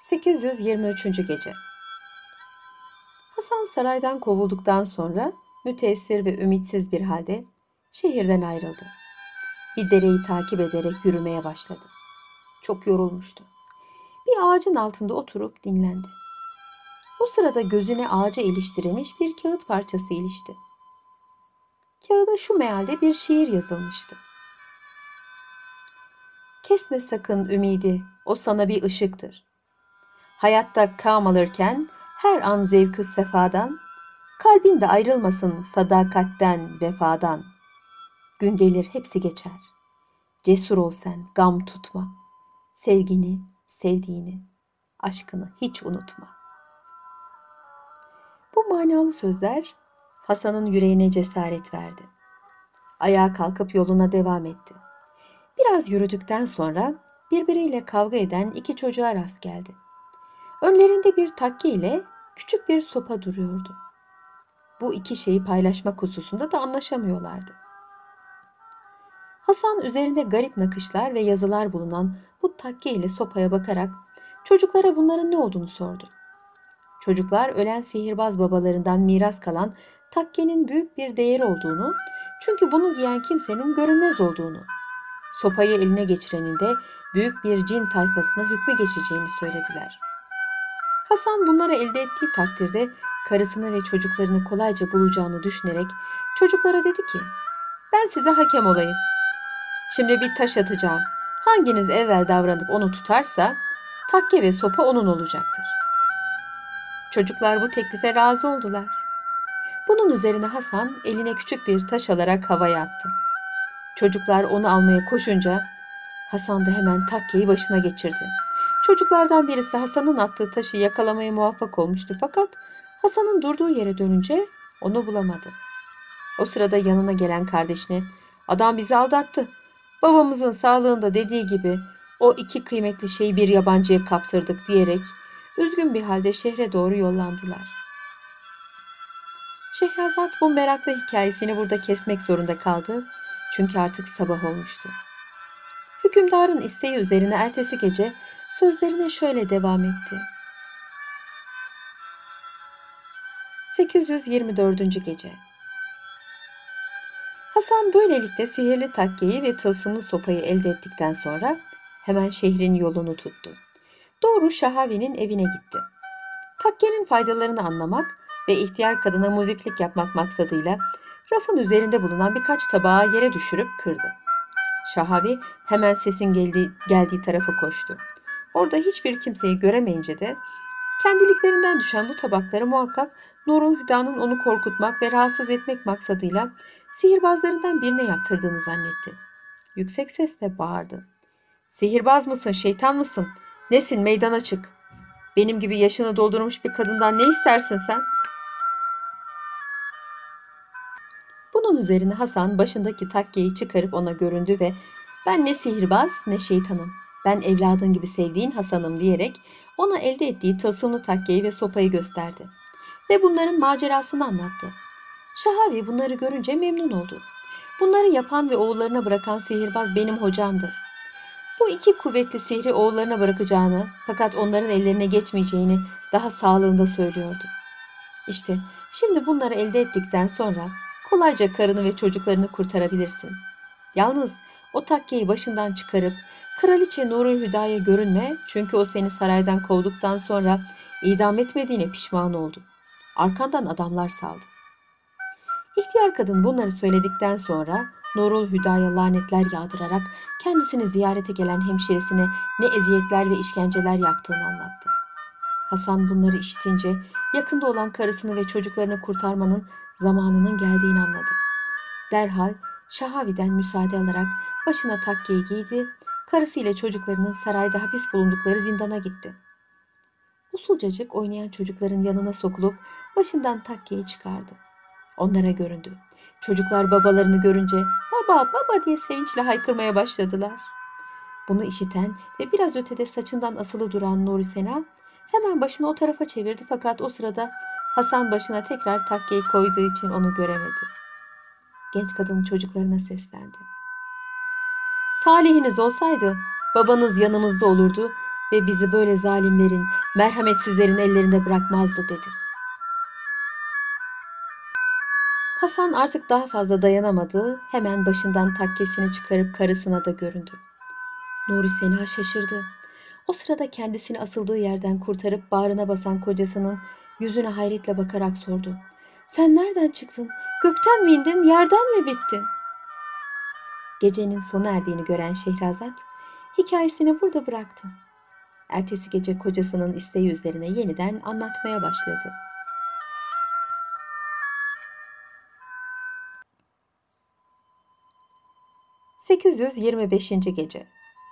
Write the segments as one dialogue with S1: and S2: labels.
S1: 823. Gece. Hasan saraydan kovulduktan sonra müteessir ve ümitsiz bir halde şehirden ayrıldı. Bir dereyi takip ederek yürümeye başladı. Çok yorulmuştu. Bir ağacın altında oturup dinlendi. O sırada gözüne ağaca iliştirilmiş bir kağıt parçası ilişti. Kağıda şu mealde bir şiir yazılmıştı. Kesme sakın ümidi, o sana bir ışıktır. Hayatta kam alırken her an zevkü sefadan, kalbin de ayrılmasın sadakatten, vefadan. Gün gelir hepsi geçer. Cesur ol sen, gam tutma. Sevgini, sevdiğini, aşkını hiç unutma. Bu manalı sözler Hasan'ın yüreğine cesaret verdi. Ayağa kalkıp yoluna devam etti. Biraz yürüdükten sonra birbiriyle kavga eden iki çocuğa rast geldi. Önlerinde bir takke ile küçük bir sopa duruyordu. Bu iki şeyi paylaşmak hususunda da anlaşamıyorlardı. Hasan üzerinde garip nakışlar ve yazılar bulunan bu takke ile sopaya bakarak çocuklara bunların ne olduğunu sordu. Çocuklar ölen sihirbaz babalarından miras kalan takkenin büyük bir değeri olduğunu, çünkü bunu giyen kimsenin görünmez olduğunu, sopayı eline geçirenin de büyük bir cin tayfasına hükmü geçeceğini söylediler. Hasan bunları elde ettiği takdirde karısını ve çocuklarını kolayca bulacağını düşünerek çocuklara dedi ki, ben size hakem olayım. Şimdi bir taş atacağım. Hanginiz evvel davranıp onu tutarsa takke ve sopa onun olacaktır. Çocuklar bu teklife razı oldular. Bunun üzerine Hasan eline küçük bir taş alarak havaya attı. Çocuklar onu almaya koşunca Hasan da hemen takkeyi başına geçirdi. Çocuklardan birisi Hasan'ın attığı taşı yakalamaya muvaffak olmuştu, fakat Hasan'ın durduğu yere dönünce onu bulamadı. O sırada yanına gelen kardeşine, adam bizi aldattı. Babamızın sağlığında dediği gibi o iki kıymetli şeyi bir yabancıya kaptırdık diyerek üzgün bir halde şehre doğru yollandılar. Şehrazat bu meraklı hikayesini burada kesmek zorunda kaldı, çünkü artık sabah olmuştu. Hükümdarın isteği üzerine ertesi gece sözlerine şöyle devam etti. 824. Gece. Hasan böylelikle sihirli takkeyi ve tılsımlı sopayı elde ettikten sonra hemen şehrin yolunu tuttu. Doğru Şahavi'nin evine gitti. Takkenin faydalarını anlamak ve ihtiyar kadına muziplik yapmak maksadıyla rafın üzerinde bulunan birkaç tabağı yere düşürüp kırdı. Şahavi hemen sesin geldiği tarafa koştu. Orada hiçbir kimseyi göremeyince de kendiliklerinden düşen bu tabakları muhakkak Nurul Hüda'nın onu korkutmak ve rahatsız etmek maksadıyla sihirbazlarından birine yaptırdığını zannetti. Yüksek sesle bağırdı. Sihirbaz mısın, şeytan mısın? Nesin, meydana çık. Benim gibi yaşını doldurmuş bir kadından ne istersin sen? Bunun üzerine Hasan başındaki takkeyi çıkarıp ona göründü ve ben ne sihirbaz ne şeytanım. Ben evladın gibi sevdiğin Hasan'ım diyerek ona elde ettiği tılsımlı takkeyi ve sopayı gösterdi. Ve bunların macerasını anlattı. Şahavi bunları görünce memnun oldu. Bunları yapan ve oğullarına bırakan sihirbaz benim hocamdır. Bu iki kuvvetli sihri oğullarına bırakacağını, fakat onların ellerine geçmeyeceğini daha sağlığında söylüyordu. İşte şimdi bunları elde ettikten sonra kolayca karını ve çocuklarını kurtarabilirsin. Yalnız o takkeyi başından çıkarıp Kraliçe Nurul Hüda'ya görünme, çünkü o seni saraydan kovduktan sonra idam etmediğine pişman oldu. Arkandan adamlar saldı. İhtiyar kadın bunları söyledikten sonra Nurul Hüda'ya lanetler yağdırarak kendisini ziyarete gelen hemşiresine ne eziyetler ve işkenceler yaptığını anlattı. Hasan bunları işitince yakında olan karısını ve çocuklarını kurtarmanın zamanının geldiğini anladı. Derhal Şahavi'den müsaade alarak başına takkeyi giydi, karısıyla çocuklarının sarayda hapis bulundukları zindana gitti. Usulcacık oynayan çocukların yanına sokulup başından takkeyi çıkardı. Onlara göründü. Çocuklar babalarını görünce baba baba diye sevinçle haykırmaya başladılar. Bunu işiten ve biraz ötede saçından asılı duran Nuri Sena hemen başını o tarafa çevirdi, fakat o sırada Hasan başına tekrar takkeyi koyduğu için onu göremedi. Genç kadın çocuklarına seslendi. Talihiniz olsaydı babanız yanımızda olurdu, ve bizi böyle zalimlerin, merhametsizlerin ellerinde bırakmazdı dedi. Hasan artık daha fazla dayanamadı, hemen başından takkesini çıkarıp karısına da göründü. Nuri Sena şaşırdı. O sırada kendisini asıldığı yerden kurtarıp bağrına basan kocasının yüzüne hayretle bakarak sordu. Sen nereden çıktın? Gökten mi indin, yerden mi bittin? Gecenin sona erdiğini gören Şehrazat hikayesini burada bıraktı. Ertesi gece kocasının isteği üzerine yeniden anlatmaya başladı. 825. Gece.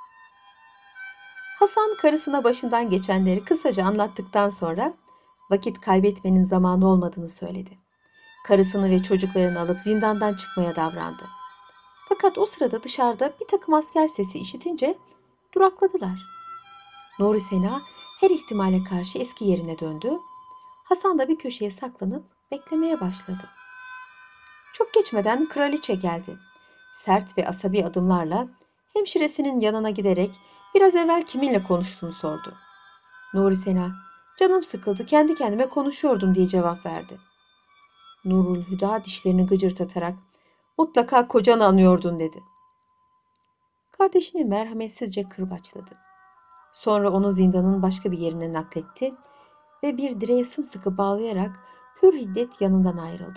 S1: Hasan karısına başından geçenleri kısaca anlattıktan sonra vakit kaybetmenin zamanı olmadığını söyledi. Karısını ve çocuklarını alıp zindandan çıkmaya davrandı. Fakat o sırada dışarıda bir takım asker sesi işitince durakladılar. Nuri Sena her ihtimale karşı eski yerine döndü. Hasan da bir köşeye saklanıp beklemeye başladı. Çok geçmeden kraliçe geldi. Sert ve asabi adımlarla hemşiresinin yanına giderek biraz evvel kiminle konuştuğunu sordu. Nuri Sena, canım sıkıldı, kendi kendime konuşuyordum diye cevap verdi. Nurul Hüda dişlerini gıcırtatarak, mutlaka kocanı anıyordun dedi. Kardeşini merhametsizce kırbaçladı. Sonra onu zindanın başka bir yerine nakletti ve bir direğe sımsıkı bağlayarak pür hiddet yanından ayrıldı.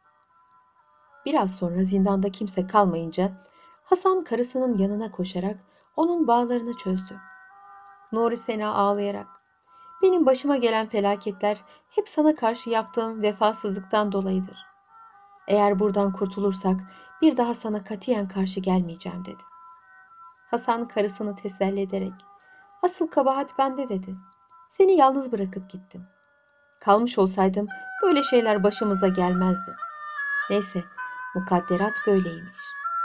S1: Biraz sonra zindanda kimse kalmayınca Hasan karısının yanına koşarak onun bağlarını çözdü. Nuri Sena ağlayarak, benim başıma gelen felaketler hep sana karşı yaptığım vefasızlıktan dolayıdır. Eğer buradan kurtulursak bir daha sana katiyen karşı gelmeyeceğim dedi. Hasan karısını teselli ederek, asıl kabahat bende dedi. Seni yalnız bırakıp gittim. Kalmış olsaydım böyle şeyler başımıza gelmezdi. Neyse, mukadderat böyleymiş.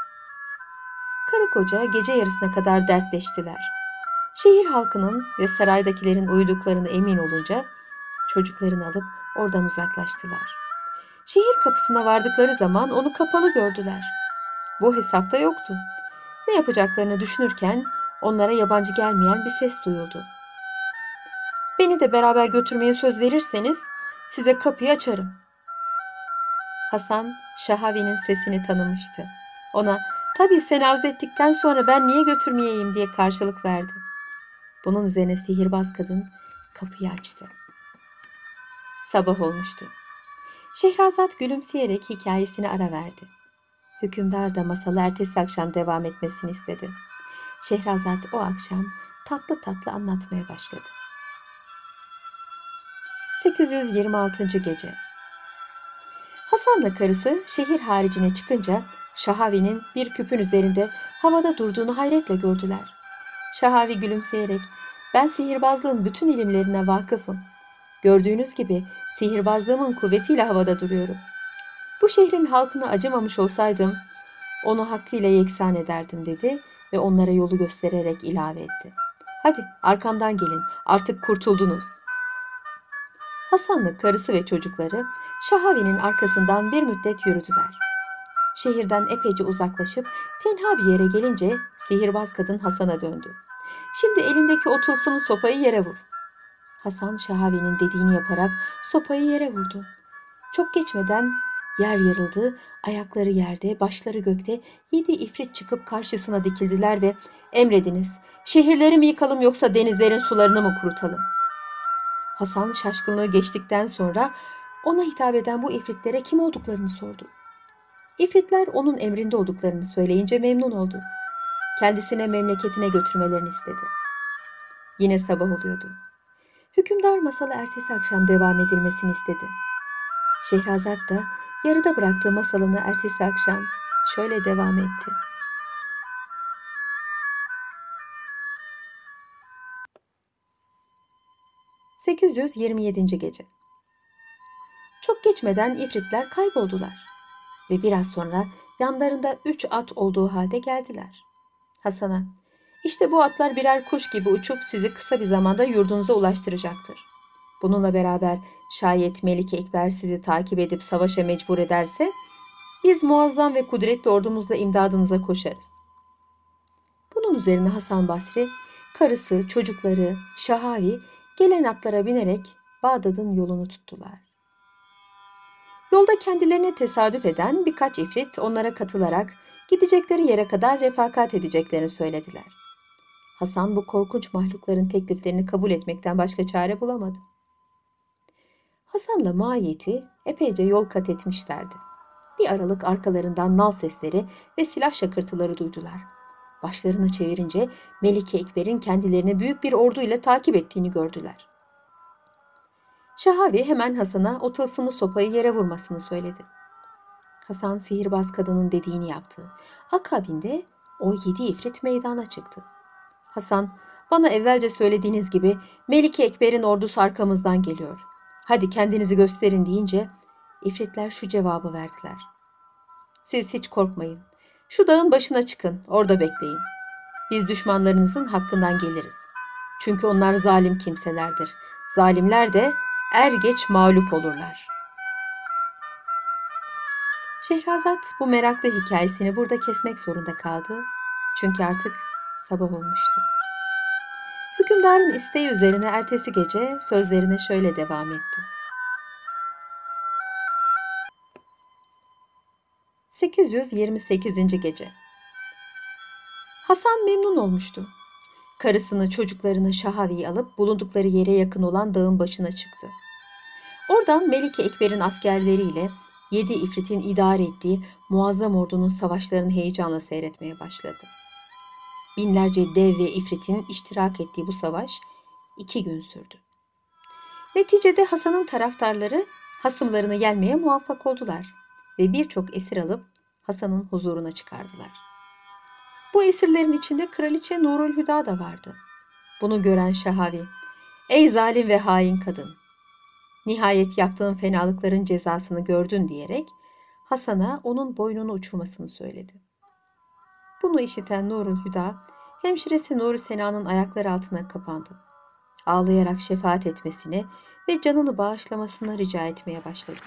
S1: Karı koca gece yarısına kadar dertleştiler. Şehir halkının ve saraydakilerin uyuduklarını emin olunca çocuklarını alıp oradan uzaklaştılar. Şehir kapısına vardıkları zaman onu kapalı gördüler. Bu hesapta yoktu. Ne yapacaklarını düşünürken onlara yabancı gelmeyen bir ses duyuldu. Beni de beraber götürmeye söz verirseniz size kapıyı açarım. Hasan Şahavi'nin sesini tanımıştı. Ona tabii sen arzu ettikten sonra ben niye götürmeyeyim diye karşılık verdi. Bunun üzerine sihirbaz kadın kapıyı açtı. Sabah olmuştu. Şehrazat gülümseyerek hikayesine ara verdi. Hükümdar da masalı ertesi akşam devam etmesini istedi. Şehrazat o akşam tatlı tatlı anlatmaya başladı. 826. Gece. Hasan'la karısı şehir haricine çıkınca Şahavi'nin bir küpün üzerinde havada durduğunu hayretle gördüler. Şahavi gülümseyerek, ben sihirbazlığın bütün ilimlerine vakıfım. Gördüğünüz gibi sihirbazlığımın kuvvetiyle havada duruyorum. Bu şehrin halkına acımamış olsaydım onu hakkıyla yeksan ederdim dedi ve onlara yolu göstererek ilave etti. Hadi arkamdan gelin, artık kurtuldunuz. Hasan'la karısı ve çocukları Şahavi'nin arkasından bir müddet yürüdüler. Şehirden epeyce uzaklaşıp tenha bir yere gelince sihirbaz kadın Hasan'a döndü. Şimdi elindeki o tılsımlı sopayı yere vur. Hasan Şahavi'nin dediğini yaparak sopayı yere vurdu. Çok geçmeden yer yarıldı, ayakları yerde, başları gökte 7 ifrit çıkıp karşısına dikildiler ve emrediniz, şehirleri mi yıkalım yoksa denizlerin sularını mı kurutalım? Hasan şaşkınlığı geçtikten sonra ona hitap eden bu ifritlere kim olduklarını sordu. İfritler onun emrinde olduklarını söyleyince memnun oldu. Kendisine memleketine götürmelerini istedi. Yine sabah oluyordu. Hükümdar masalı ertesi akşam devam edilmesini istedi. Şehrazat da yarıda bıraktığı masalını ertesi akşam şöyle devam etti. ...827. Gece. Çok geçmeden ifritler kayboldular ve biraz sonra yanlarında 3 at olduğu halde geldiler. Hasan'a, işte bu atlar birer kuş gibi uçup sizi kısa bir zamanda yurdunuza ulaştıracaktır. Bununla beraber şayet Melike Ekber sizi takip edip savaşa mecbur ederse biz muazzam ve kudretli ordumuzla imdadınıza koşarız. Bunun üzerine Hasan Basri Karısı, çocukları, Şahavi gelen atlara binerek Bağdat'ın yolunu tuttular. Yolda kendilerine tesadüf eden birkaç ifrit onlara katılarak gidecekleri yere kadar refakat edeceklerini söylediler. Hasan bu korkunç mahlukların tekliflerini kabul etmekten başka çare bulamadı. Hasan'la Mahiyet'i epeyce yol kat etmişlerdi. Bir aralık arkalarından nal sesleri ve silah şakırtıları duydular. Başlarını çevirince Melike Ekber'in kendilerini büyük bir orduyla takip ettiğini gördüler. Şahavi hemen Hasan'a o tılsımlı sopayı yere vurmasını söyledi. Hasan sihirbaz kadının dediğini yaptı. Akabinde o 7 ifrit meydana çıktı. Hasan, bana evvelce söylediğiniz gibi Melike Ekber'in ordusu arkamızdan geliyor. Hadi kendinizi gösterin deyince ifritler şu cevabı verdiler. Siz hiç korkmayın. Şu dağın başına çıkın, orada bekleyin. Biz düşmanlarınızın hakkından geliriz. Çünkü onlar zalim kimselerdir. Zalimler de er geç mağlup olurlar. Şehrazat bu meraklı hikayesini burada kesmek zorunda kaldı. Çünkü artık sabah olmuştu. Hükümdarın isteği üzerine ertesi gece sözlerine şöyle devam etti. 828. Gece. Hasan memnun olmuştu. Karısını, çocuklarını Şahavi'yi alıp bulundukları yere yakın olan dağın başına çıktı. Oradan Melike Ekber'in askerleriyle 7 ifritin idare ettiği muazzam ordunun savaşlarını heyecanla seyretmeye başladı. Binlerce dev ve ifritin iştirak ettiği bu savaş 2 gün sürdü. Neticede Hasan'ın taraftarları hasımlarını yenmeye muvaffak oldular ve birçok esir alıp Hasan'ın huzuruna çıkardılar. Bu esirlerin içinde Kraliçe Nurul Hüda da vardı. Bunu gören Şahavi, "Ey zalim ve hain kadın! Nihayet yaptığın fenalıkların cezasını gördün" diyerek Hasan'a onun boynunu uçurmasını söyledi. Bunu işiten Nurul Hüda, hemşiresi Nuri Sena'nın ayakları altına kapandı. Ağlayarak şefaat etmesini ve canını bağışlamasını rica etmeye başladı.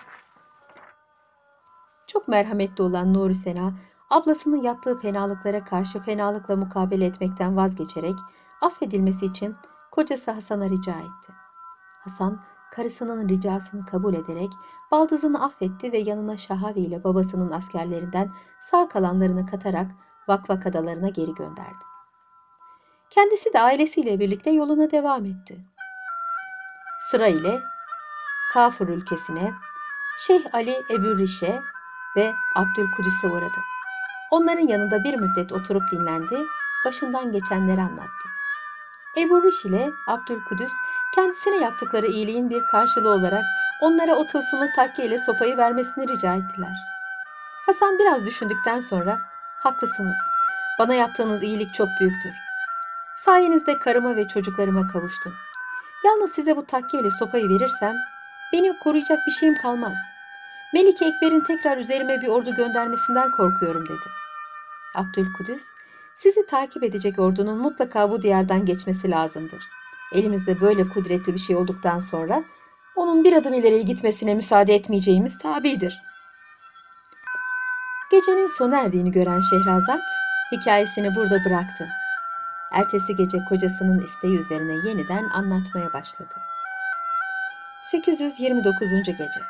S1: Çok merhametli olan Nuri Sena, ablasının yaptığı fenalıklara karşı fenalıkla mukabele etmekten vazgeçerek affedilmesi için kocası Hasan'a rica etti. Hasan, karısının ricasını kabul ederek baldızını affetti ve yanına Şahavi ile babasının askerlerinden sağ kalanlarını katarak Vakvak adalarına geri gönderdi. Kendisi de ailesiyle birlikte yoluna devam etti. Sıra ile Kafur ülkesine, Şeyh Ali Ebu Rişe ve Abdülkudüs'e uğradı. Onların yanında bir müddet oturup dinlendi, başından geçenleri anlattı. Ebu Riş ile Abdülkudüs kendisine yaptıkları iyiliğin bir karşılığı olarak onlara o tılsımlı takke ile sopayı vermesini rica ettiler. Hasan biraz düşündükten sonra, "Haklısınız, bana yaptığınız iyilik çok büyüktür. Sayenizde karıma ve çocuklarıma kavuştum. Yalnız size bu takke ile sopayı verirsem beni koruyacak bir şeyim kalmaz. Melike Ekber'in tekrar üzerime bir ordu göndermesinden korkuyorum" dedi. Abdülkudüs, "Sizi takip edecek ordunun mutlaka bu diyardan geçmesi lazımdır. Elimizde böyle kudretli bir şey olduktan sonra onun bir adım ileriye gitmesine müsaade etmeyeceğimiz tabidir." Gecenin sona erdiğini gören Şehrazat hikayesini burada bıraktı. Ertesi gece kocasının isteği üzerine yeniden anlatmaya başladı. 829. Gece.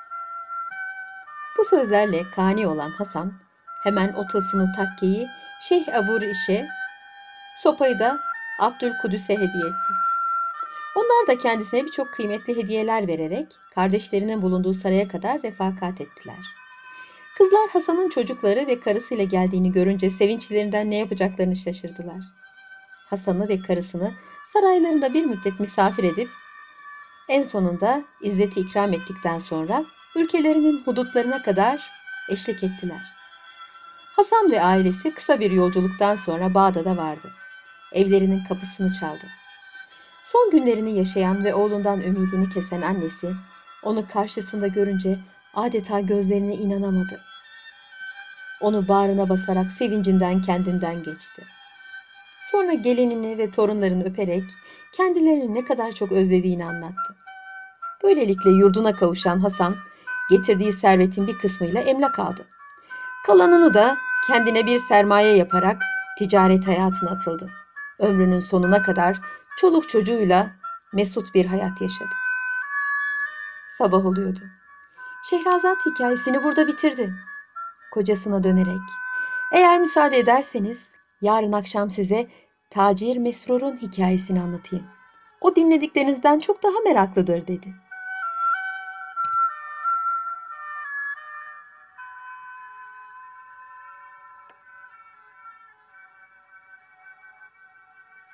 S1: Bu sözlerle kani olan Hasan hemen o tılsımlı takkeyi Şeyh Ebu Rişe, sopayı da Abdülkudüs'e hediye etti. Onlar da kendisine birçok kıymetli hediyeler vererek kardeşlerinin bulunduğu saraya kadar refakat ettiler. Kızlar Hasan'ın çocukları ve karısıyla geldiğini görünce sevinçlerinden ne yapacaklarını şaşırdılar. Hasan'ı ve karısını saraylarında bir müddet misafir edip en sonunda izzeti ikram ettikten sonra ülkelerinin hudutlarına kadar eşlik ettiler. Hasan ve ailesi kısa bir yolculuktan sonra Bağdat'a vardı. Evlerinin kapısını çaldı. Son günlerini yaşayan ve oğlundan ümidini kesen annesi onu karşısında görünce adeta gözlerine inanamadı. Onu bağrına basarak sevincinden kendinden geçti. Sonra gelinini ve torunlarını öperek kendilerini ne kadar çok özlediğini anlattı. Böylelikle yurduna kavuşan Hasan, getirdiği servetin bir kısmıyla emlak aldı. Kalanını da kendine bir sermaye yaparak ticaret hayatına atıldı. Ömrünün sonuna kadar çoluk çocuğuyla mesut bir hayat yaşadı. Sabah oluyordu. Şehrazat hikayesini burada bitirdi. Kocasına dönerek, "Eğer müsaade ederseniz yarın akşam size Tacir Mesrur'un hikayesini anlatayım. O dinlediklerinizden çok daha meraklıdır," dedi.